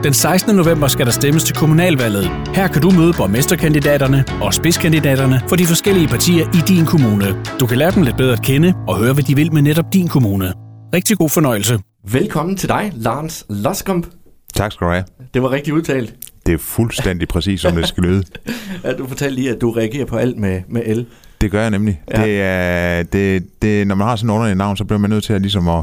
Den 16. november skal der stemmes til kommunalvalget. Her kan du møde borgmesterkandidaterne og spidskandidaterne for de forskellige partier i din kommune. Du kan lære dem lidt bedre at kende og høre, hvad de vil med netop din kommune. Rigtig god fornøjelse. Velkommen til dig, Lars Loskamp. Tak skal du have. Det var rigtig udtalt. Det er fuldstændig præcis, som det skal lyde. Ja, du fortalte lige, at du reagerer på alt med el. Det gør jeg nemlig. Ja. Det, når man har sådan et underligt navn, så bliver man nødt til at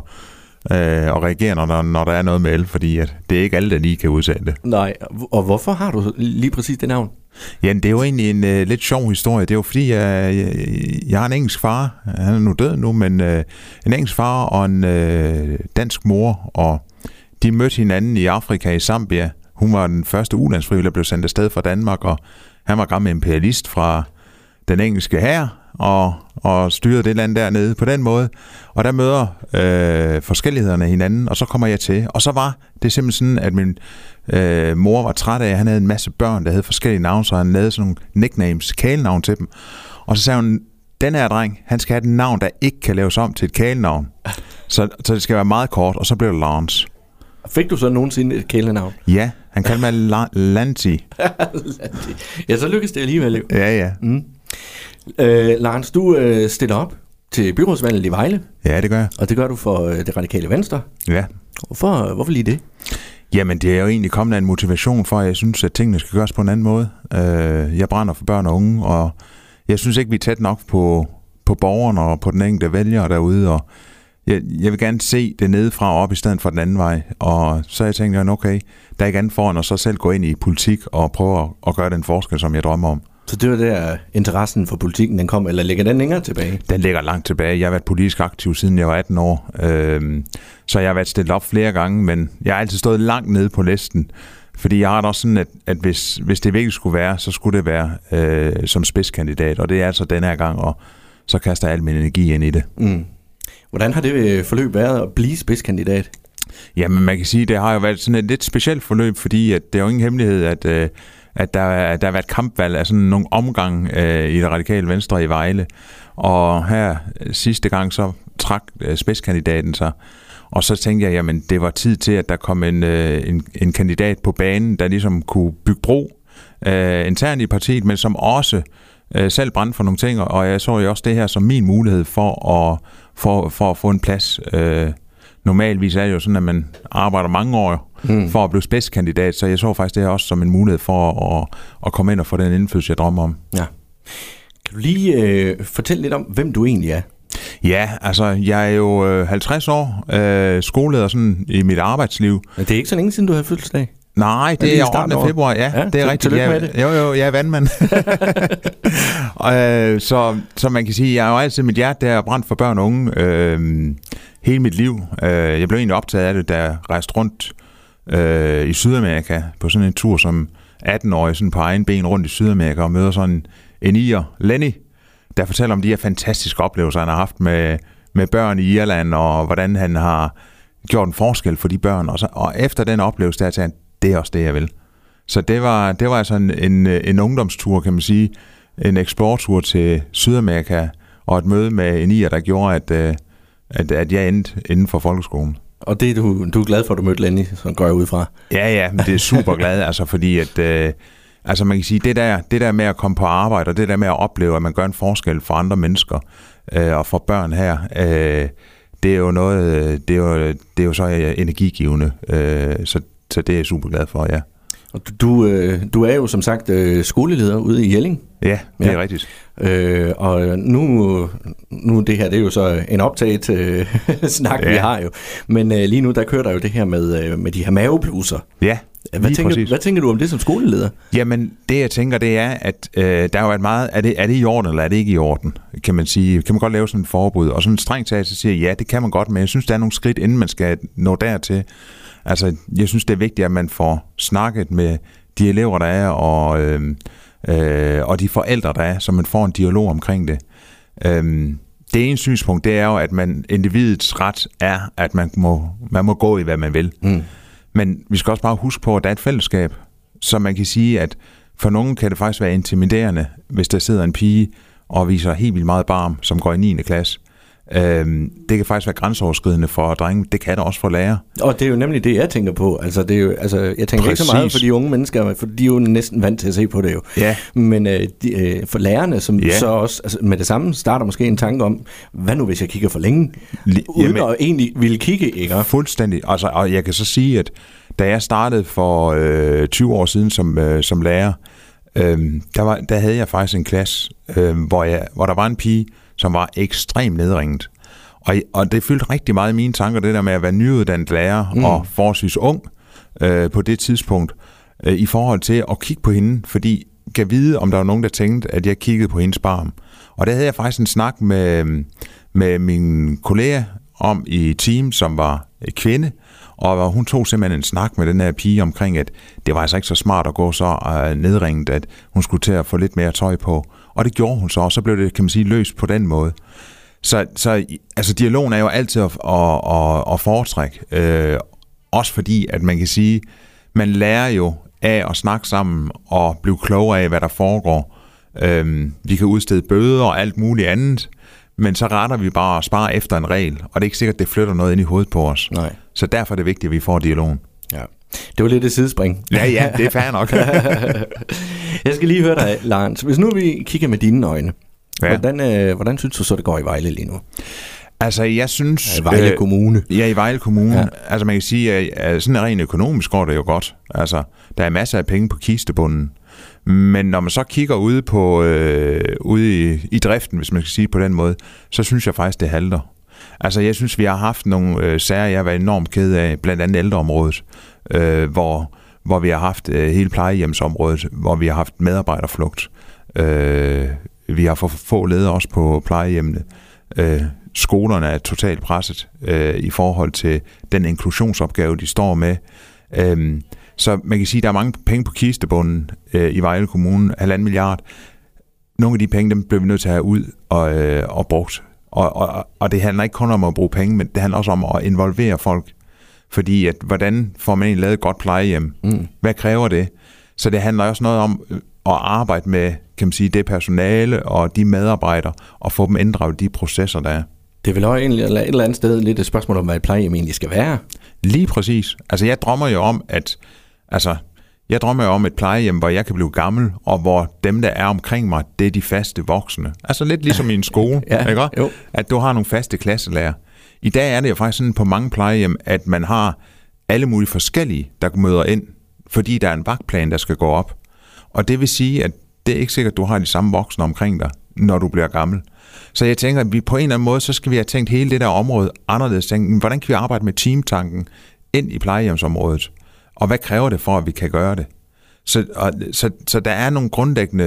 reagere, når der er noget med el, fordi at det er ikke alle, der lige kan udsætte det. Nej, og hvorfor har du lige præcis det navn? Ja, det er jo egentlig en lidt sjov historie. Det er jo fordi, jeg har en engelsk far. Han er nu død nu, men en engelsk far og en dansk mor, og de mødte hinanden i Afrika, i Zambia. Hun var den første ulandsfrivillige, der blev sendt afsted fra Danmark, og han var gammel imperialist fra den engelske hær, og styrede det land dernede på den måde. Og der møder forskellighederne hinanden, og så kommer jeg til. Og så var det simpelthen sådan, at min mor var træt af, at han havde en masse børn, der havde forskellige navne, så han lavede sådan nogle nicknames, kælenavn til dem. Og så sagde hun, den her dreng, han skal have et navn, der ikke kan laves om til et kælenavn. Så det skal være meget kort, og så blev det Lance. Fik du så nogensinde et kælenavn? Ja, han kaldte mig Lanti. Ja, så lykkedes det alligevel. Ja. Lars, du stiller op til byrådsvalget i Vejle. Ja, det gør jeg. Og det gør du for det radikale Venstre. Ja. Hvorfor lige det? Jamen, det er jo egentlig kommet af en motivation for, at jeg synes, at tingene skal gøres på en anden måde. Jeg brænder for børn og unge, og jeg synes ikke, vi er tæt nok på borgerne og på den enkelte vælger derude, og jeg vil gerne se det nedefra og op i stedet for den anden vej. Og så jeg tænkte, okay, der er ikke andet foran at så selv gå ind i politik og prøve at gøre den forskel, som jeg drømmer om. Så det var der interessen for politikken, den kom, eller ligger den længere tilbage? Den ligger langt tilbage. Jeg har været politisk aktiv siden jeg var 18 år. Så jeg har været stillet op flere gange, men jeg har altid stået langt nede på listen. Fordi jeg har det også sådan, at hvis det virkelig skulle være, så skulle det være som spidskandidat. Og det er altså den her gang, og så kaster jeg al min energi ind i det. Mm. Hvordan har det forløb været at blive spidskandidat? Jamen, man kan sige, at det har jo været sådan et lidt specielt forløb, fordi at det er jo ingen hemmelighed, at der har været kampvalg af sådan nogle omgang i det radikale Venstre i Vejle. Og her sidste gang så trak spidskandidaten sig. Og så tænkte jeg, jamen det var tid til, at der kom en kandidat på banen, der ligesom kunne bygge bro internt i partiet, men som også selv brændte for nogle ting. Og jeg så jo også det her som min mulighed for at få en plads. Normalvis er det jo sådan, at man arbejder mange år for at blive spidskandidat, så jeg så faktisk det her også som en mulighed for at komme ind og få den indflydelse, jeg drømmer om. Ja. Kan du lige fortælle lidt om, hvem du egentlig er? Ja, altså jeg er jo 50 år, skoleleder sådan i mit arbejdsliv. Det er ikke så længe siden, du havde fødselsdag? Nej, det er 8. februar, ja det er rigtigt. Jo, jeg er vandmand. Så man kan sige, jeg har jo altid mit hjerte der brændt for børn og unge hele mit liv. Jeg blev egentlig optaget af det, da jeg rejste rundt i Sydamerika på sådan en tur som 18-årig, sådan på egen ben rundt i Sydamerika, og møder sådan en irer, Lenny, der fortæller om de her fantastiske oplevelser, han har haft med børn i Irland, og hvordan han har gjort en forskel for de børn. Og efter den oplevelse, der tænkte jeg, det er også det, jeg vil. Så det var altså en ungdomstur, kan man sige. En eksporttur til Sydamerika, og et møde med en irer, der gjorde, at jeg endte inden for folkeskolen. Og det du er glad for, at du mødte Lenny, som går jeg ud fra? Ja, men det er super glad, altså fordi at altså man kan sige, det der med at komme på arbejde, og det der med at opleve, at man gør en forskel for andre mennesker og for børn her, det er jo noget, det er jo så energigivende, så det er jeg super glad for, ja. Og du er jo som sagt skoleleder ude i Jelling. Ja, det er rigtigt. Og nu det her, det er jo så en optaget snak, vi har jo. Men lige nu, der kører der jo det her med de her mavebluser. Ja, hvad tænker du om det som skoleleder? Jamen, det jeg tænker, det er, at der har været meget, er det i orden, eller er det ikke i orden, kan man sige. Kan man godt lave sådan et forbud? Og sådan strengt taget, så siger jeg, ja, det kan man godt, men jeg synes, der er nogle skridt, inden man skal nå dertil. Altså, jeg synes, det er vigtigt, at man får snakket med de elever, der er, og de forældre, der er, så man får en dialog omkring det. Det ene synspunkt, det er jo, at individets ret er, at man må gå i, hvad man vil. Mm. Men vi skal også bare huske på, at der er et fællesskab, så man kan sige, at for nogen kan det faktisk være intimiderende, hvis der sidder en pige og viser helt vildt meget barm, som går i 9. klasse. Det kan faktisk være grænseoverskridende for drenge. Det kan det også for lærere. Og det er jo nemlig det, jeg tænker på. Altså, det er jo, jeg tænker ikke så meget for de unge mennesker, for de er jo næsten vant til at se på det jo. Ja. Men for lærerne, som så også med det samme starter måske en tanke om, hvad nu hvis jeg kigger for længe? Uden at egentlig ville kigge, ikke? Fuldstændig. Altså, og jeg kan så sige, at da jeg startede for 20 år siden som lærer, der havde jeg faktisk en klasse, hvor der var en pige, som var ekstremt nedringet. Og det fyldte rigtig meget i mine tanker, det der med at være nyuddannet lærer og forholdsvis ung på det tidspunkt, i forhold til at kigge på hende, fordi jeg kan vide, om der var nogen, der tænkte, at jeg kiggede på hendes barm. Og der havde jeg faktisk en snak med min kollega om i team, som var kvinde, og hun tog simpelthen en snak med den her pige omkring, at det var altså ikke så smart at gå så nedringet, at hun skulle til at få lidt mere tøj på. Og det gjorde hun så, og så blev det, kan man sige, løst på den måde. Så altså, dialogen er jo altid at foretrække. Også fordi, at man kan sige, man lærer jo af at snakke sammen og blive klogere af, hvad der foregår. Vi kan udstede bøder og alt muligt andet, men så retter vi bare og sparer efter en regel, og det er ikke sikkert, at det flytter noget ind i hovedet på os. Nej. Så derfor er det vigtigt, at vi får dialogen. Ja. Det var lidt et sidespring. Ja, det er fair nok. Jeg skal lige høre dig, Lars. Hvis nu vi kigger med dine øjne, hvordan synes du så, det går i Vejle lige nu? Altså, jeg synes... I Vejle Kommune. Ja, i Vejle Kommune. Ja. Altså, man kan sige, at sådan rent økonomisk går det jo godt. Altså, der er masser af penge på kistebunden. Men når man så kigger ude i driften, hvis man skal sige på den måde, så synes jeg faktisk, det halter. Altså, jeg synes, vi har haft nogle sager, jeg har været enormt ked af, blandt andet ældreområdet, hvor vi har haft hele plejehjemsområdet, hvor vi har haft medarbejderflugt. Vi har for få ledere også på plejehjemmene. Skolerne er totalt presset i forhold til den inklusionsopgave, de står med. Så man kan sige, at der er mange penge på kistebunden i Vejle Kommune, 1,5 milliard. Nogle af de penge, dem bliver vi nødt til at have ud og brugt. Og det handler ikke kun om at bruge penge, men det handler også om at involvere folk. Fordi at, hvordan får man egentlig lavet et godt plejehjem? Hvad kræver det? Så det handler også noget om at arbejde med, kan man sige, det personale og de medarbejdere, og få dem inddraget de processer, der er. Det er vel også egentlig et eller andet sted lidt et spørgsmål om, hvad et plejehjem egentlig skal være. Lige præcis. Altså jeg drømmer jo om et plejehjem, hvor jeg kan blive gammel, og hvor dem, der er omkring mig, det er de faste voksne. Altså lidt ligesom i en skole, ikke? Jo. At du har nogle faste klasselærer. I dag er det jo faktisk sådan på mange plejehjem, at man har alle mulige forskellige, der møder ind, fordi der er en vagtplan, der skal gå op. Og det vil sige, at det er ikke sikkert, at du har de samme voksne omkring dig, når du bliver gammel. Så jeg tænker, at vi på en eller anden måde, så skal vi have tænkt hele det der område anderledes. Hvordan kan vi arbejde med teamtanken ind i plejehjemsområdet? Og hvad kræver det for, at vi kan gøre det? Så der er nogle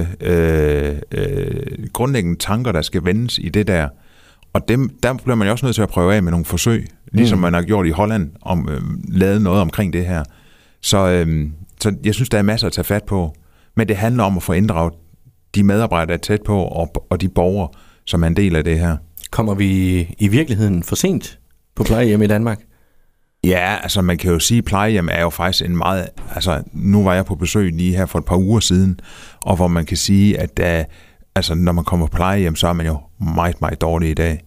grundlæggende tanker, der skal vendes i det der. Og der bliver man jo også nødt til at prøve af med nogle forsøg, ligesom man har gjort i Holland, lavet noget omkring det her. Så jeg synes, der er masser at tage fat på. Men det handler om at få inddraget de medarbejdere, der er tæt på, og de borgere, som er en del af det her. Kommer vi i virkeligheden for sent på plejehjem i Danmark? Ja, altså man kan jo sige, at plejehjem er jo faktisk en meget... Altså nu var jeg på besøg lige her for et par uger siden, og hvor man kan sige, at når man kommer på plejehjem, så er man jo meget, meget dårlig i dag.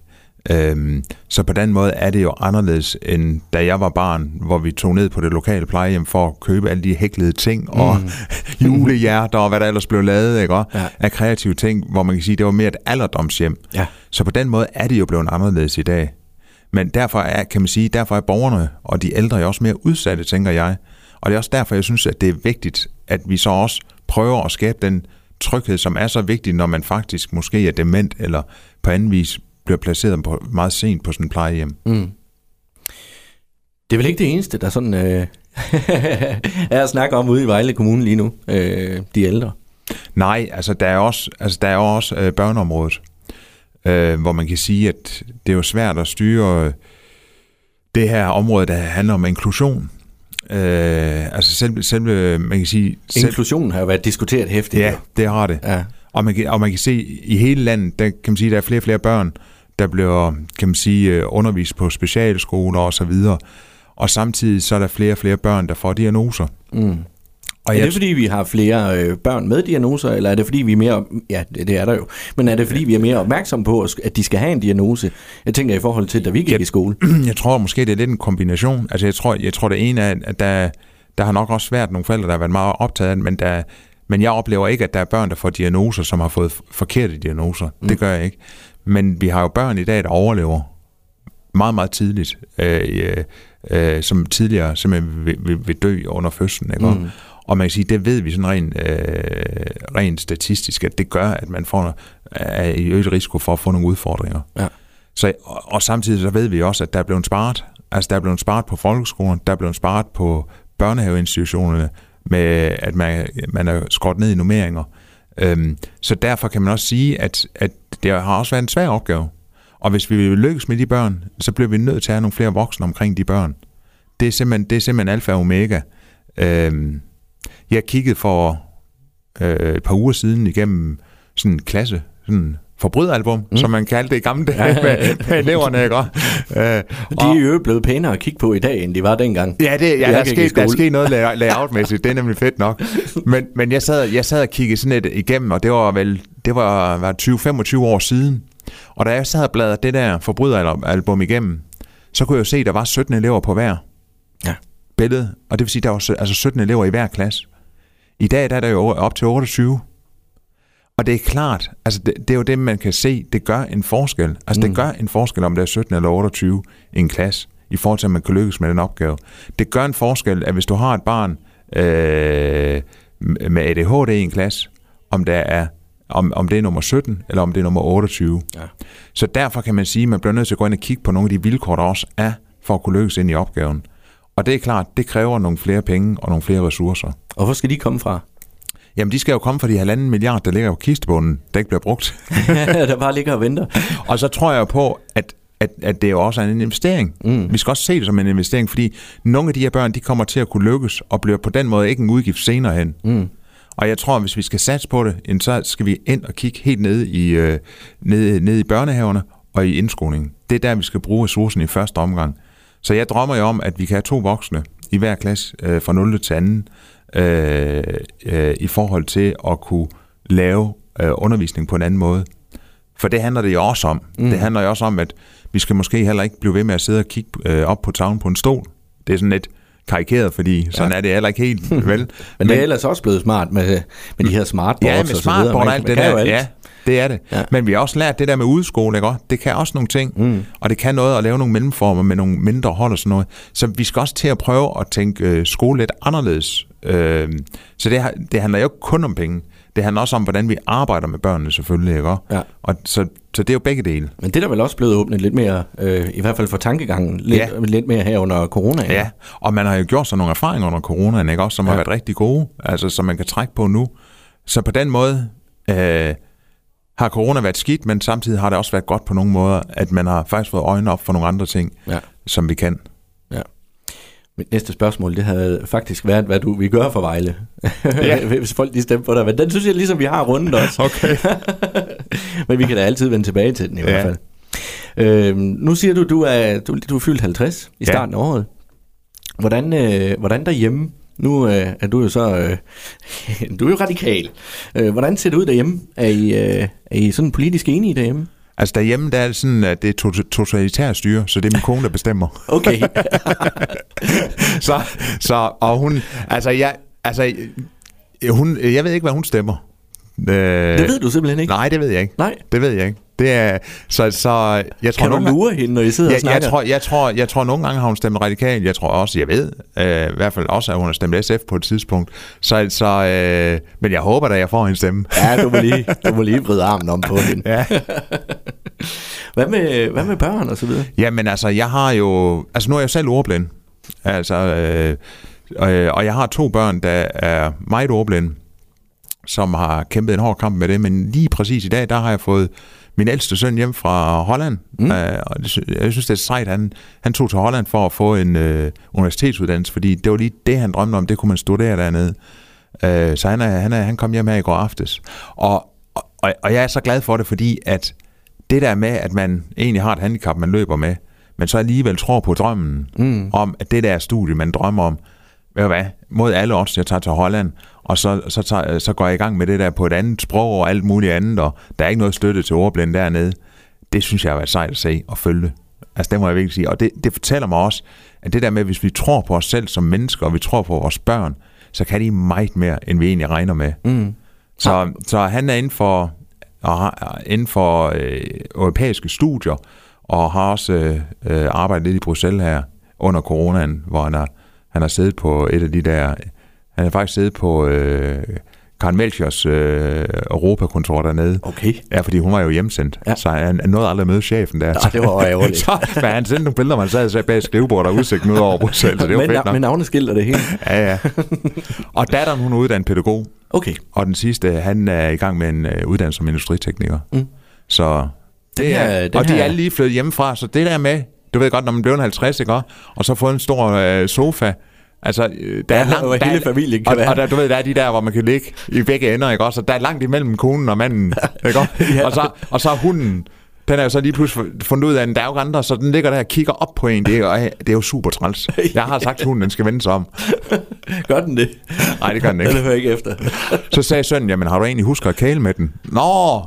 Så på den måde er det jo anderledes, end da jeg var barn, hvor vi tog ned på det lokale plejehjem for at købe alle de hæklede ting og julehjerter og hvad der ellers blev lavet, ikke? Af kreative ting, hvor man kan sige, det var mere et alderdomshjem. Ja. Så på den måde er det jo blevet anderledes i dag. Men derfor er borgerne og de ældre jo også mere udsatte, tænker jeg. Og det er også derfor, jeg synes, at det er vigtigt, at vi så også prøver at skabe den tryghed, som er så vigtig, når man faktisk måske er dement eller på anden vis bliver placeret på meget sent på sådan en plejehjem. Det er vel ikke det eneste, der sådan er at snakke om ude i Vejle Kommune lige nu, de ældre? Nej, altså der er også børneområdet, hvor man kan sige, at det er jo svært at styre det her område, der handler om inklusion. Selve man kan sige... Inklusionen har jo været diskuteret hæftigt. Ja, det har det. Ja. Og man kan se, i hele landet, der kan man sige, der er flere og flere børn, der bliver, kan man sige, undervist på specialskoler og så videre. Og samtidig så er der flere og flere børn, der får diagnoser. Og er det fordi, vi har flere børn med diagnoser, eller er det fordi, vi er mere... Ja, det er der jo. Men er det fordi, vi er mere opmærksomme på, at de skal have en diagnose? Jeg tænker i forhold til, da vi gik i skole. Jeg tror måske, det er lidt en kombination. Altså, jeg tror det ene er, at der har nok også været nogle forældre, der har været meget optaget af det, men jeg oplever ikke, at der er børn, der får diagnoser, som har fået forkerte diagnoser. Det gør jeg ikke. Men vi har jo børn i dag, der overlever meget, meget tidligt, som tidligere simpelthen vil dø under fødslen. Ikke? Og man kan sige, det ved vi sådan rent statistisk, at det gør, at man er i øget risiko for at få nogle udfordringer. Ja. Og samtidig så ved vi også, at der er blevet sparet. Altså der er blevet sparet på folkeskolen, der er blevet sparet på børnehaveinstitutionerne, med at man er skåret ned i normeringer. Så derfor kan man også sige, at det har også været en svær opgave. Og hvis vi vil lykkes med de børn, så bliver vi nødt til at have nogle flere voksne omkring de børn. Det er simpelthen alfa og omega. Jeg kiggede for et par uger siden igennem sådan en klasse, sådan forbryderalbum, som man kaldte det i gamle dage med eleverne, ikke? De er jo blevet pænere at kigge på i dag, end de var dengang. Ja, der er sket noget layoutmæssigt, det er nemlig fedt nok. Men jeg sad og kiggede sådan et igennem, og det var 20-25 år siden. Og da jeg sad og bladrede det der forbryderalbum igennem, så kunne jeg jo se, at der var 17 elever på hver billede. Og det vil sige, at der var altså 17 elever i hver klasse. I dag der er der jo op til 28. Og det er klart, altså det er jo det, man kan se, det gør en forskel. Altså det gør en forskel, om der er 17 eller 28 i en klasse, i forhold til, at man kan lykkes med den opgave. Det gør en forskel, at hvis du har et barn med ADHD i en klasse, om det er nummer 17, eller om det er nummer 28. Ja. Så derfor kan man sige, at man bliver nødt til at gå ind og kigge på nogle af de vilkår, der også er, for at kunne lykkes ind i opgaven. Og det er klart, det kræver nogle flere penge og nogle flere ressourcer. Og hvor skal de komme fra? Jamen, de skal jo komme fra de 1,5 milliard, der ligger på kistebunden, der ikke bliver brugt. Der bare ligger og venter. Og så tror jeg på, at det jo også er en investering. Vi skal også se det som en investering, fordi nogle af de her børn, de kommer til at kunne lykkes, og bliver på den måde ikke en udgift senere hen. Og jeg tror, at hvis vi skal satse på det, så skal vi ind og kigge helt ned i børnehaverne og i indskolingen. Det er der, vi skal bruge ressourcen i første omgang. Så jeg drømmer jo om, at vi kan have 2 voksne i hver klasse fra 0. til 2. I forhold til at kunne lave undervisning på en anden måde. For det handler det jo også om. Det handler jo også om, at vi skal måske heller ikke blive ved med at sidde og kigge op på tavlen på en stol. Det er sådan lidt karikeret, fordi sådan er det heller ikke helt, vel? Men det er ellers også blevet smart med de her smartboards. Ja, med smartboard og alt det der. Ja, det er det. Ja. Men vi har også lært det der med udskole, ikke? Det kan også nogle ting, og det kan noget at lave nogle mellemformer med nogle mindre hold og sådan noget. Så vi skal også til at prøve at tænke skole lidt anderledes. Så det handler jo ikke kun om penge. Det handler også om, hvordan vi arbejder med børnene selvfølgelig, ikke? Ja. Og så det er jo begge dele. Men det er der vel også blevet åbnet lidt mere, i hvert fald for tankegangen, lidt mere her under corona. Ja, og man har jo gjort sig nogle erfaringer under coronaen, ikke? Også, som har været rigtig gode, altså som man kan trække på nu. Så på den måde har corona været skidt, men samtidig har det også været godt på nogle måder, at man har faktisk fået øjnene op for nogle andre ting, som vi kan. Ja. Mit næste spørgsmål, det havde faktisk været, hvad du vil gøre for Vejle, hvis folk lige stemmer på dig. Men den synes jeg ligesom, vi har rundet også. Okay. Men vi kan da altid vende tilbage til den i hvert fald. Nu siger du er fyldt 50 i starten af året. Hvordan derhjemme? Nu er du jo så du er jo radikal. Hvordan ser det ud derhjemme? Er I sådan politisk enige derhjemme? Altså derhjemme, der er det sådan, at det er totalitært styre, så det er min kone, der bestemmer. Okay. så og hun, jeg ved ikke, hvad hun stemmer. Det ved du simpelthen ikke? Nej, det ved jeg ikke. Nej. Det ved jeg ikke. Det er så jeg tror, kan du lure hende, når I sidder og snakker? Jeg tror nogle gange har hun stemt radikal. Jeg tror også, jeg ved i hvert fald også, at hun har stemt SF på et tidspunkt. Men jeg håber da, jeg får en stemme. Ja, du må lige vride armen om på hende. Ja. Hvad med børn og så videre? Jamen altså, jeg har jo... Altså nu er jeg selv ordblind. Altså, og jeg har 2 børn, der er meget ordblinde, som har kæmpet en hård kamp med det. Men lige præcis i dag, der har jeg fået min ældste søn hjem fra Holland. Og jeg synes, det er sejt. Han tog til Holland for at få en universitetsuddannelse, fordi det var lige det, han drømte om. Det kunne man studere dernede. Så han kom hjem her i går aftes. Og jeg er så glad for det, fordi at det der med, at man egentlig har et handicap, man løber med, men så alligevel tror på drømmen om, at det der studie, man drømmer om, ved du hvad, mod alle odds, jeg tager til Holland, og så går jeg i gang med det der på et andet sprog og alt muligt andet, og der er ikke noget støtte til ordblinde dernede. Det synes jeg har været sejt at se og følge. Altså det må jeg virkelig sige. Og det fortæller mig også, at det der med, hvis vi tror på os selv som mennesker, og vi tror på vores børn, så kan de meget mere, end vi egentlig regner med. Så han er inden for europæiske studier, og har også arbejdet lidt i Bruxelles her under coronaen, hvor han har siddet på et af de der... Han har faktisk siddet på Karen Melchiors Europakontor dernede. Okay. Ja, fordi hun var jo hjemsendt, så han nåede aldrig at møde chefen der. Det var ærgerligt. Men han sendte nogle billeder, man sad bag skrivebordet og udsigten ud over Bruxelles, så det var fedt nok. Med navneskilt og det hele. Ja. Og datteren, hun er uddannet pædagog. Okay. Og den sidste, han er i gang med en uddannelse som industritekniker. Så det er... Og de er alle lige flyttet hjemmefra, så det der med... Du ved godt, når man bliver 50, ikke? Og så får en stor sofa... Altså, der er langt, hele familien kan være. Og der, du ved, der er de der, hvor man kan ligge i begge ender, ikke også? Så der er langt imellem konen og manden, ikke også? Og så hunden, den er jo så lige pludselig fundet ud af, at der er jo andre, så den ligger der og kigger op på en. Det er jo super træls. Jeg har sagt til hunden, den skal vende sig om. Gør den det? Nej, det gør den ikke. Det hører ikke efter. Så sagde sønnen, jamen har du egentlig husket at kæle med den? Nå!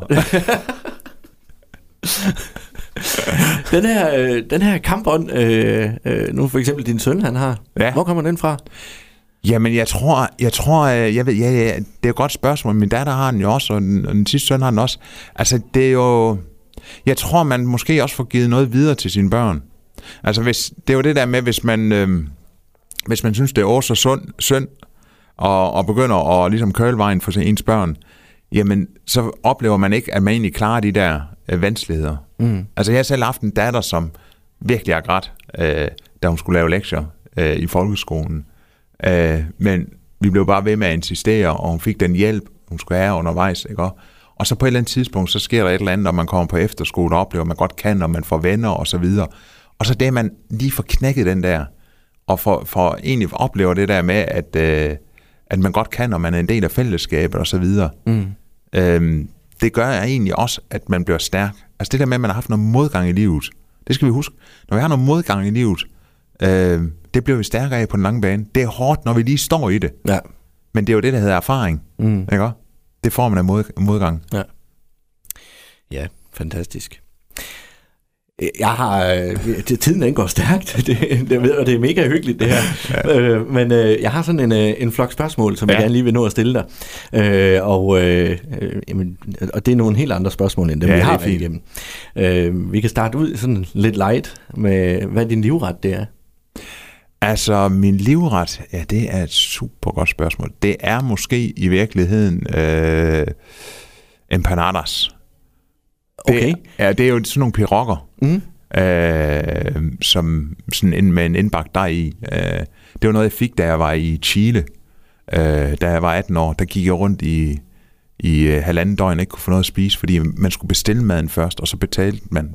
Den her kampånd, nu for eksempel din søn, han har. Ja. Hvor kommer den fra? Jamen, jeg tror, jeg ved, det er et godt spørgsmål. Min datter har den jo også, og den sidste søn har den også. Altså, det er jo... Jeg tror, man måske også får givet noget videre til sine børn. Altså, det er jo det der med, hvis man synes, det er også så synd, og begynder at ligesom køle vejen for ens børn, jamen, så oplever man ikke, at man egentlig klarer de der vanskeligheder. Altså, jeg har selv haft en datter, som virkelig har grædt, da hun skulle lave lektier i folkeskolen. Men vi blev bare ved med at insistere, og hun fik den hjælp, hun skulle have undervejs, ikke? Og så på et eller andet tidspunkt, så sker der et eller andet, når man kommer på efterskole og oplever, at man godt kan, og man får venner og så videre. Og så det, man lige får knækket den der, og for egentlig oplever det der med, at man godt kan, og man er en del af fællesskabet og så videre. Det gør egentlig også, at man bliver stærk. Altså det der med, at man har haft noget modgang i livet, det skal vi huske. Når vi har noget modgang i livet, det bliver vi stærkere af på den lange bane. Det er hårdt, når vi lige står i det. Ja. Men det er jo det, der hedder erfaring. Ikke? Det får man af modgang. Ja, fantastisk. Jeg har... Tiden den går stærkt, og det er mega hyggeligt det her. Ja. Men jeg har sådan en flok spørgsmål, som jeg gerne lige vil nå at stille dig. Og det er nogle helt andre spørgsmål, end dem vi har været igennem. Vi kan starte ud sådan lidt light med, hvad din livret det er. Altså, min livret, det er et super godt spørgsmål. Det er måske i virkeligheden empanadas. Okay. Det er jo sådan nogle pirokker, som sådan med en indbagt dej i. Det var noget, jeg fik, da jeg var i Chile. Da jeg var 18 år, der gik jeg rundt i halvanden døgn og ikke kunne få noget at spise, fordi man skulle bestille maden først, og så betalte man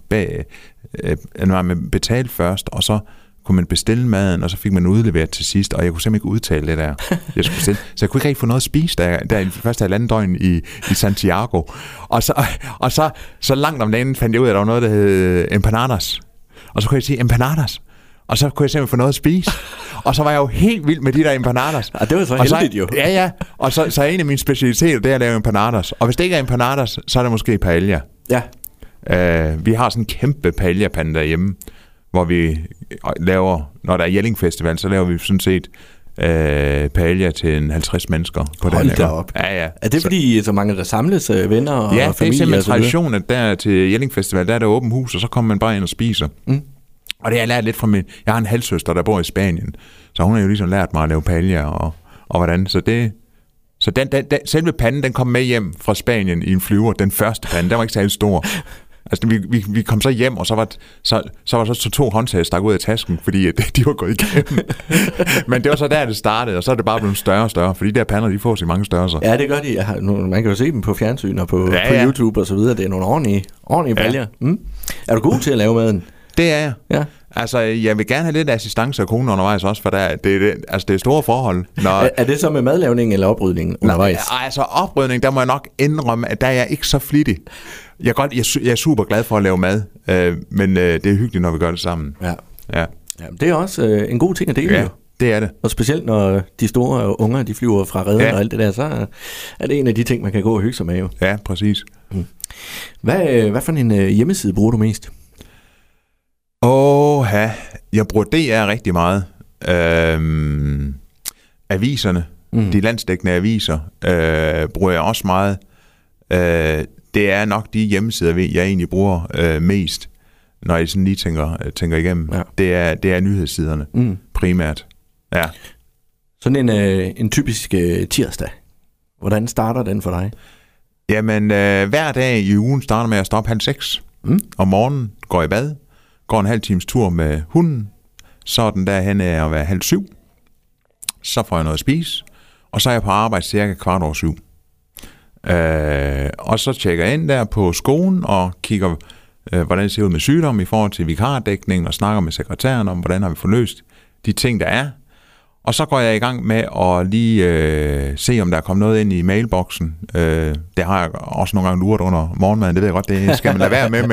betalte først, og så kunne man bestille maden, og så fik man udleveret til sidst, og jeg kunne simpelthen ikke udtale det der, jeg skulle bestille. Så jeg kunne ikke rigtig få noget at spise, der i første halvanden døgn i Santiago. Og så langt om dagen fandt jeg ud af, at der var noget, der hed empanadas. Og så kunne jeg sige empanadas. Og så kunne jeg simpelthen få noget at spise. Og så var jeg jo helt vild med de der empanadas. Det var så heldigt jo. Ja. Og så er en af mine specialiteter, det er at lave empanadas. Og hvis det ikke er empanadas, så er det måske paella. Ja. Vi har sådan en kæmpe paella-pande derhjemme, hvor vi laver, når der er Jelling Festival, så laver vi sådan set paella til 50 mennesker på den. Hold da op. Ja. Er det fordi så mange der samles, venner og familie? Ja, det er simpelthen tradition, at der til Jelling Festival, der er der åbent hus, og så kommer man bare ind og spiser. Og det har jeg lært lidt fra jeg har en halvsøster, der bor i Spanien, så hun har jo ligesom lært mig at lave paella og hvordan. Så selve panden, den kom med hjem fra Spanien i en flyver. Den første pande, den var ikke særlig stor. Altså, vi kom så hjem, og så var der 2 håndtag stak ud af tasken, fordi de var gået igennem. Men det var så der, det startede, og så er det bare blevet større og større, fordi de der pander, de får sig mange størrelser. Ja, det gør de. Man kan jo se dem på fjernsyn og på YouTube og så videre. Det er nogle ordentlige baljer. Er du god til at lave maden? Det er jeg. Ja. Altså, jeg vil gerne have lidt assistance af konen undervejs også, for det er store forhold. Er det så med madlavning eller oprydning undervejs? Altså, oprydning, der må jeg nok indrømme, at der er jeg ikke så flittig. Jeg er super glad for at lave mad, men det er hyggeligt, når vi gør det sammen. Ja. Det er også en god ting at dele. Ja, det er det. Og specielt når de store unger, de flyver fra redden og alt det der, så er det en af de ting, man kan gå og hygge sig med jo. Ja, præcis. Hvad for en hjemmeside bruger du mest? Jeg bruger DR rigtig meget. Aviserne, de landsdækkende aviser, bruger jeg også meget. Det er nok de hjemmesider, jeg egentlig bruger mest, når jeg sådan lige tænker igennem. Ja. Det er nyhedssiderne primært. Ja. Sådan en typisk tirsdag. Hvordan starter den for dig? Jamen, hver dag i ugen starter med at stoppe 5:30. Om morgenen går jeg i bad, går en halv times tur med hunden, så er den derhen af at være 6:30. Så får jeg noget at spise, og så er jeg på arbejde cirka 7:15. Og så tjekker jeg ind der på skolen og kigger, hvordan det ser ud med sygdom i forhold til vikardækning, og snakker med sekretæren om, hvordan har vi forløst de ting, der er. Og så går jeg i gang med at lige se, om der er kommet noget ind i mailboksen. Det har jeg også nogle gange luret under morgenmaden, det ved jeg godt, det skal man lade være med,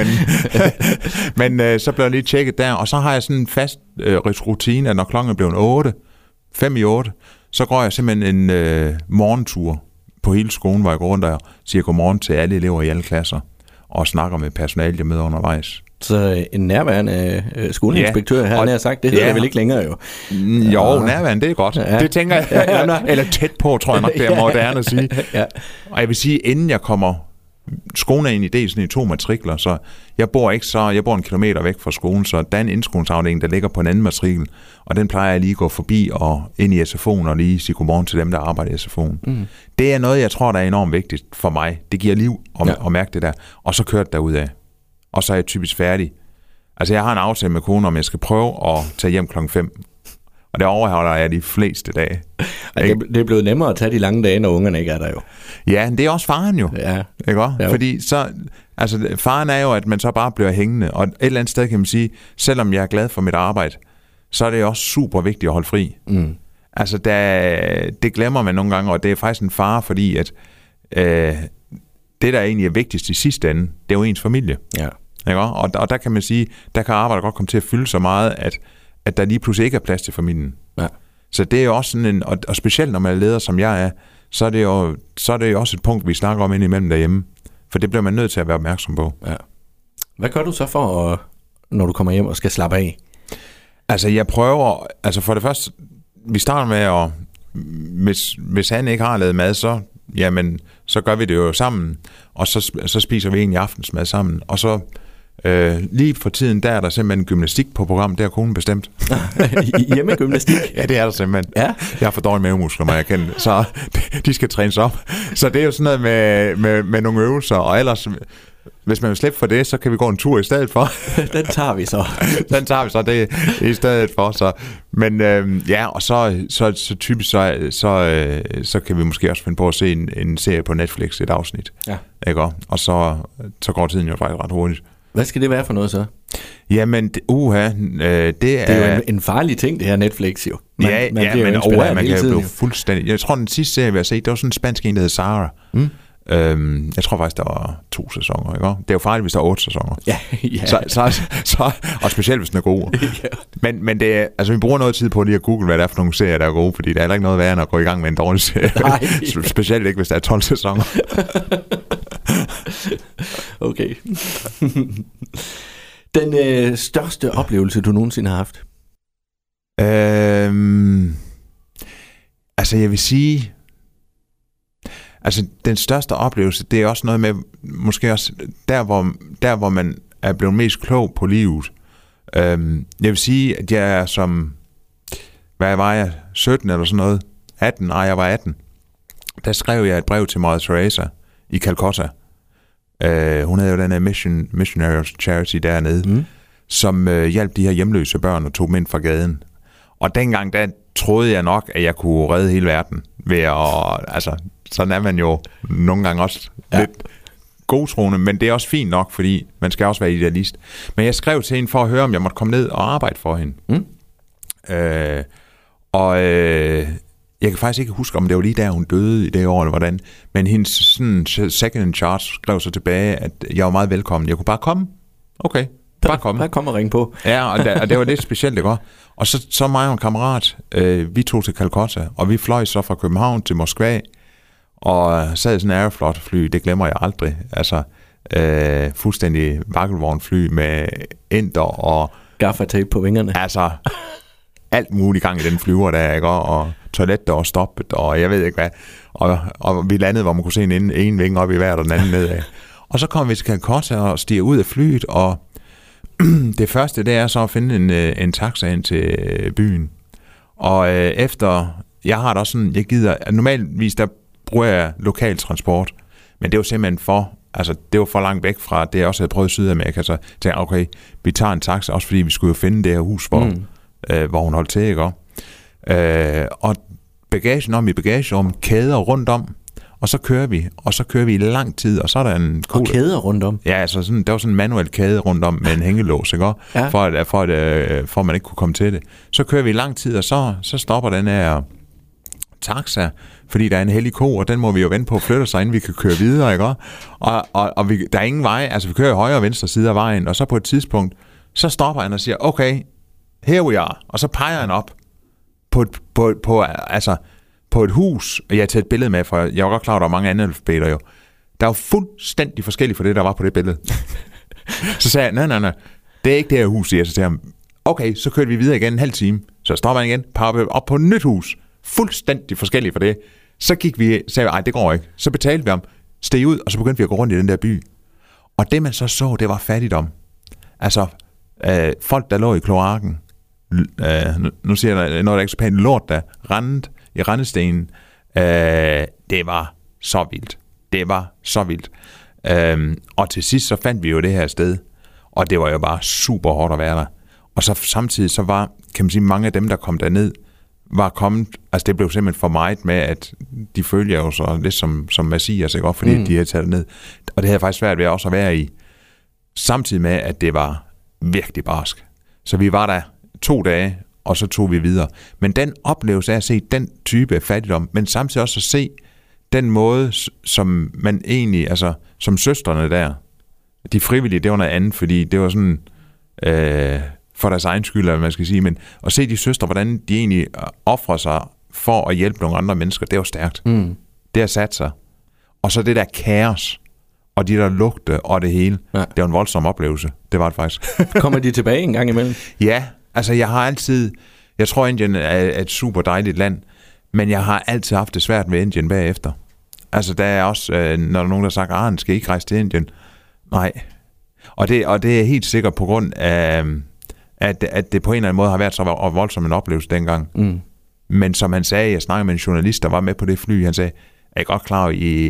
men så bliver jeg lige tjekket der, og så har jeg sådan en fast rutine, at når klokken er blevet 5:45, så går jeg simpelthen en morgentur på hele skolen, hvor jeg går rundt og siger godmorgen til alle elever i alle klasser, og snakker med personale, jeg møder undervejs. Så en nærværende skoleinspektør her har sagt, det hedder det vel ikke længere jo? Jo, nærværende, det er godt. Ja. Det tænker jeg. Eller tæt på, tror jeg nok, det er moderne at sige. Ja. Og jeg vil sige, inden jeg kommer skolen er en idé sådan i 2 matrikler, så jeg bor 1 kilometer væk fra skolen, så der er en indskolingsafdeling, der ligger på en anden matrikel, og den plejer jeg lige at gå forbi og ind i SFO'en og lige sige godmorgen til dem, der arbejder i SFO'en. Det er noget, jeg tror, der er enormt vigtigt for mig. Det giver liv at mærke det der, og så kører det derudad. Og så er jeg typisk færdig. Altså, jeg har en aftale med konen, om jeg skal prøve at tage hjem 5:00. Og det overholder jeg de fleste dage. Det er blevet nemmere at tage de lange dage, når ungerne ikke er der jo. Ja, det er også faren jo. Ja. Ikke også? Fordi så, altså, faren er jo, at man så bare bliver hængende. Og et eller andet sted kan man sige, selvom jeg er glad for mit arbejde, så er det også super vigtigt at holde fri. Altså, det glemmer man nogle gange, og det er faktisk en fare, fordi at det, der egentlig er vigtigst i sidste ende, det er jo ens familie. Ja. Ikke? Og der kan man sige, der kan arbejdet godt komme til at fylde så meget, at der lige pludselig ikke er plads til familien. Ja. Så det er jo også sådan og specielt når man er leder, som jeg er, så er det jo også et punkt, vi snakker om indimellem derhjemme. For det bliver man nødt til at være opmærksom på. Ja. Hvad gør du så for, når du kommer hjem og skal slappe af? Altså, jeg prøver, for det første, vi starter med at, hvis han ikke har lavet mad, så gør vi det jo sammen, og så spiser vi egentlig aftensmad sammen, og så lige for tiden, der er der simpelthen gymnastik på program, det har konen bestemt. Hjemmegymnastik? Ja, det er der simpelthen. Ja? Jeg har for dårlige mavemuskler, må jeg kende, så de skal trænes op. Så det er jo sådan noget med nogle øvelser, og ellers, hvis man vil slippe for det, så kan vi gå en tur i stedet for. Den tager vi så. Det i stedet for. Så. Men og så typisk, så kan vi måske også finde på at se en serie på Netflix, et afsnit. Ja. Ikke? Og så går tiden jo faktisk ret hurtigt. Hvad skal det være for noget så? Jamen, det er jo en farlig ting, det her Netflix jo. Man kan jo blive fuldstændig. Jeg tror, den sidste serie, vi har set, det var sådan en spansk en, der hedder Sarah. Jeg tror faktisk, der var 2 sæsoner, ikke? Det er jo farligt, hvis der er 8 sæsoner. Ja. Så, og specielt, hvis den er god. Ja. Men det er, altså, vi bruger noget tid på lige at google, hvad det er for nogle serier, der er gode, fordi der er heller ikke noget værre end at gå i gang med en dårlig serie. Specielt ikke, hvis der er 12 sæsoner. Okay. Den største oplevelse, du nogensinde har haft? Jeg vil sige, den største oplevelse, det er også noget med, måske også der hvor man er blevet mest klog på livet. Jeg vil sige, at jeg er som, hvad var jeg, 17 eller sådan noget, 18, jeg var 18. Der skrev jeg et brev til Mother Teresa i Calcutta. Hun havde jo den her Missionary Charity dernede, som hjalp de her hjemløse børn og tog dem ind fra gaden. Og dengang, der troede jeg nok, at jeg kunne redde hele verden ved at, sådan er man jo nogle gange også lidt godtroende, men det er også fint nok, fordi man skal også være idealist. Men jeg skrev til hende for at høre, om jeg måtte komme ned og arbejde for hende. Jeg kan faktisk ikke huske, om det var lige der, hun døde i det år, eller hvordan. Men hendes sådan, second in charge skrev så tilbage, at jeg var meget velkommen. Jeg kunne bare komme. Okay, Bare kom og ring på. Ja, og det var lidt specielt, ikke? Og så mig og en kammerat, vi tog til Calcutta, og vi fløj så fra København til Moskva, og sad i sådan en Aeroflot-fly, det glemmer jeg aldrig. Altså, fuldstændig vakkelvognfly med ender og... Gaffatape på vingerne. Altså, alt muligt gang i den flyver der, ikke? Og toilet der var stoppet, og jeg ved ikke hvad. Og vi landede, hvor man kunne se en vinge op i hver, og den anden nedad. Og så kom vi til Calcutta og stiger ud af flyet, og det første, det er så at finde en taxa ind til byen. Og efter, jeg har da også sådan, jeg gider, normalvis der bruger jeg lokal transport, men det var simpelthen det var for langt væk fra det, jeg også havde prøvet i Sydamerika, så tænkte jeg, okay, vi tager en taxa, også fordi vi skulle jo finde det her hus, hvor hun holdt til, ikke? Og bagagen om i bagagerummet, kæder rundt om, og så kører vi i lang tid, og så er der en... Og kæder rundt om? Ja, altså sådan, der var sådan en manuel kæde rundt om med en hængelås, ikke? Ja. For at man ikke kunne komme til det. Så kører vi i lang tid, og så stopper den her taxa, fordi der er en hellig ko, og den må vi jo vente på at flytte sig, inden vi kan køre videre, ikke? Og der er ingen vej, altså vi kører i højre og venstre side af vejen, og så på et tidspunkt, så stopper han og siger, okay, here we are, og så peger han op på et hus, og jeg har taget et billede med, for jeg var godt klar, at der var mange analfabeter jo. Der var fuldstændig forskelligt fra det, der var på det billede. Så sagde jeg, nej, det er ikke det her hus, siger jeg så til ham. Okay, så kørte vi videre igen en halv time, så stopper han igen, peger op på et nyt hus, fuldstændig forskelligt fra det. Så gik vi, sagde vi, det går ikke. Så betalte vi ham, steg ud, og så begyndte vi at gå rundt i den der by. Og det man så, det var fattigdom. Altså, folk, der lå i kloakken, nu siger jeg noget, der ikke så pænt, lort der, rendet i rendestenen, det var så vildt. Det var så vildt. Og til sidst så fandt vi jo det her sted, og det var jo bare super hårdt at være der. Og så samtidig så var, kan man sige, mange af dem, der kom derned, var kommet, altså det blev simpelthen for meget med, at de følte jo så lidt som messias, ikke? Fordi de havde taget ned. Og det havde faktisk svært ved også at være i, samtidig med, at det var virkelig barsk. Så vi var der 2 dage, og så tog vi videre. Men den oplevelse af at se den type fattigdom, men samtidig også at se den måde, som man egentlig, altså som søstrene der, de frivillige, det var noget andet, fordi det var sådan for deres egen skyld, eller man skal sige, men at se de søstre, hvordan de egentlig offrer sig for at hjælpe nogle andre mennesker, det var stærkt. Det har sat sig. Og så det der kaos, og de der lugte og det hele, det var en voldsom oplevelse. Det var det faktisk. Kommer de tilbage en gang imellem? Ja, altså jeg tror Indien er et super dejligt land, men jeg har altid haft det svært med Indien bagefter. Altså der er også, når der er nogen, der sagt, han skal ikke rejse til Indien. Nej. Og det er helt sikkert på grund af, at det på en eller anden måde har været så voldsom en oplevelse dengang. Men som han sagde, jeg snakkede med en journalist, der var med på det fly, han sagde, er I godt klar,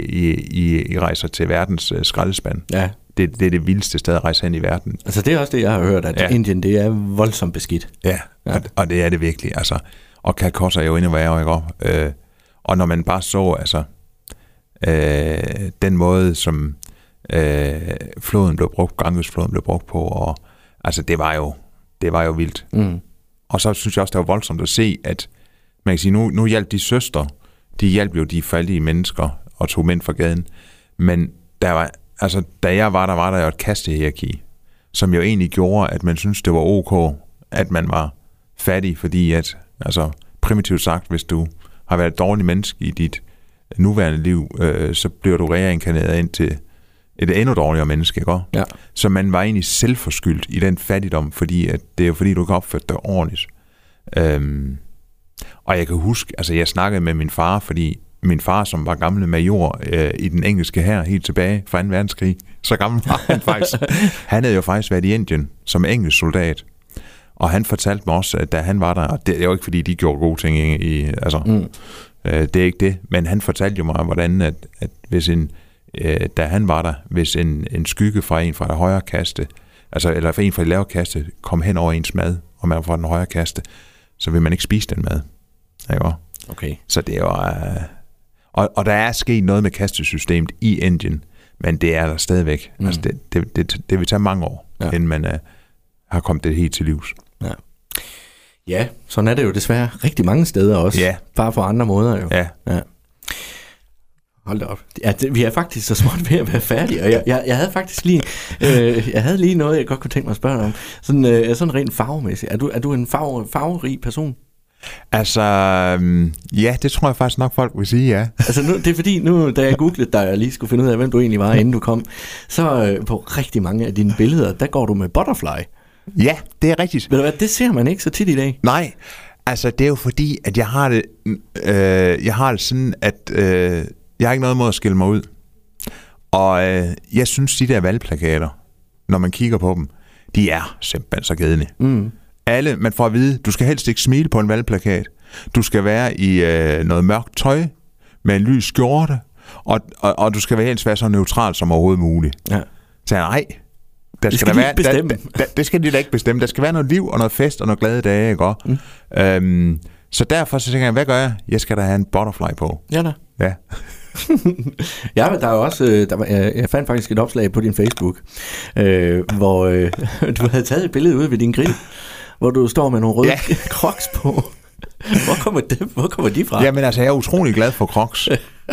I rejser til verdens skraldespand? Ja. Det er det vildeste sted at rejse hen i verden. Altså det er også det, jeg har hørt, at Indien, det er voldsomt beskidt. Ja. Og det er det virkelig. Altså, og Calcutta er jo endnu værre, ikke? Og når man bare så, altså, den måde, som floden blev brugt, Gangesfloden blev brugt på, og altså det var jo vildt. Og så synes jeg også, det var voldsomt at se, at man kan sige, nu hjalp de søstre, de hjalp jo de fattige mennesker og tog mænd fra gaden, men der var, altså da jeg var der jo et kastehierarki, som jo egentlig gjorde, at man synes det var ok, at man var fattig, fordi at, altså primitivt sagt, hvis du har været et dårligt menneske i dit nuværende liv, så bliver du reinkarneret ind til et endnu dårligere menneske, ikke? Ja. Så man var egentlig selvforskyldt i den fattigdom, fordi at det er jo fordi, du ikke har opført dig ordentligt. Og jeg kan huske, altså jeg snakkede med min far, fordi min far, som var gamle major i den engelske hær helt tilbage fra 2. verdenskrig, så gammel var han faktisk. Han havde jo faktisk været i Indien som engelsk soldat. Og han fortalte mig også, at da han var der, og det er jo ikke fordi, de gjorde gode ting det er ikke det, men han fortalte jo mig, hvordan at hvis da han var der, hvis en skygge fra en fra det højre kaste, altså eller fra en fra det lavere kaste, kom hen over ens mad, og man var fra den højre kaste, så vil man ikke spise den mad. Ikke? Okay. Så det var... Og der er sket noget med kastesystemet i Indien, men det er der stadigvæk. Altså det vil tage mange år, inden man har kommet det helt til livs. Ja. Ja, sådan er det jo desværre rigtig mange steder også. Ja. Bare på andre måder jo. Ja. Hold da op. Ja, vi er faktisk så småt ved at være færdige, og jeg havde faktisk lige, noget, jeg godt kunne tænke mig at spørge dig om. Sådan rent farvemæssigt. Er du en farverig person? Altså, ja, det tror jeg faktisk nok, folk vil sige, ja. Altså, det er fordi, da jeg googlede dig, og lige skulle finde ud af, hvem du egentlig var, inden du kom, så på rigtig mange af dine billeder, der går du med butterfly. Ja, det er rigtigt. Ved du hvad, det ser man ikke så tit i dag. Nej, altså, det er jo fordi, at jeg har det sådan, at jeg har ikke noget mod at skille mig ud. Og jeg synes, de der valgplakater, når man kigger på dem, de er simpelthen så kedelige. Man får at vide, du skal helst ikke smile på en valgplakat. Du skal være i noget mørkt tøj, med en lys skjorte, og du skal helst være så neutral som overhovedet muligt. Ja. Så nej, det skal de da ikke bestemme. Der skal være noget liv og noget fest og noget glade dage, ikke? Så derfor så tænker jeg, hvad gør jeg? Jeg skal da have en butterfly på. Ja da. Ja. Ja, men der er også, jeg fandt faktisk et opslag på din Facebook, hvor du havde taget et billede ud ved din grill, hvor du står med nogle røde Crocs på. Hvor kommer de fra? Jamen altså, jeg er utrolig glad for Crocs.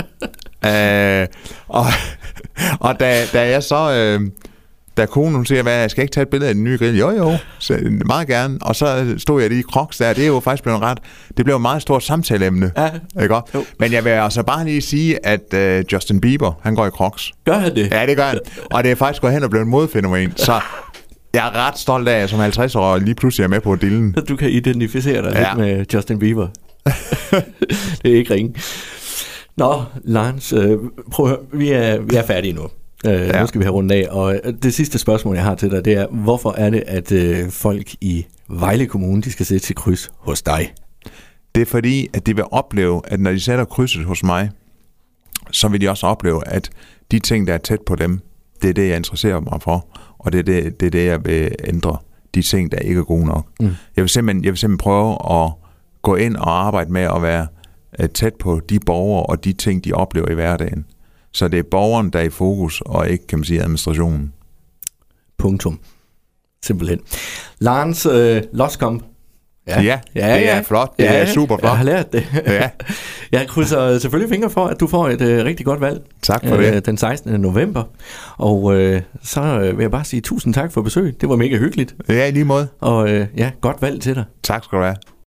Og da jeg så... Da konen hun siger, jeg skal ikke tage et billede af den nye grill. Jo, så meget gerne. Og så stod jeg lige i Crocs der. Det er jo faktisk blevet ret. Det blev et meget stort samtaleemne. Ja. Ikke? Men jeg vil altså bare lige sige, at Justin Bieber, han går i Crocs. Gør han det? Ja, det gør han. Og det er faktisk gået hen og blevet en modefænomen. Så jeg er ret stolt af, at jeg som 50-årig lige pludselig er med på dillen. Du kan identificere dig lidt med Justin Bieber. Det er ikke ringe. Nå, Lars, prøv at høre. Vi er færdige nu. Nu skal vi have rundt af, og det sidste spørgsmål, jeg har til dig, det er, hvorfor er det, at folk i Vejle Kommune, de skal sætte til kryds hos dig? Det er fordi, at de vil opleve, at når de sætter krydset hos mig, så vil de også opleve, at de ting, der er tæt på dem, det er det, jeg interesserer mig for, og det er det, jeg vil ændre. De ting, der ikke er gode nok. Jeg vil simpelthen prøve at gå ind og arbejde med at være tæt på de borgere og de ting, de oplever i hverdagen. Så det er borgeren, der er i fokus, og ikke, kan man sige, administrationen. Punktum. Simpelthen. Lars Loskamp. Ja, det er flot. Det er super flot. Jeg har lært det. Ja. Jeg krydser selvfølgelig fingre for, at du får et rigtig godt valg. Tak for det. Den 16. november. Og så vil jeg bare sige tusind tak for besøget. Det var mega hyggeligt. Ja, i lige måde. Og godt valg til dig. Tak skal du have.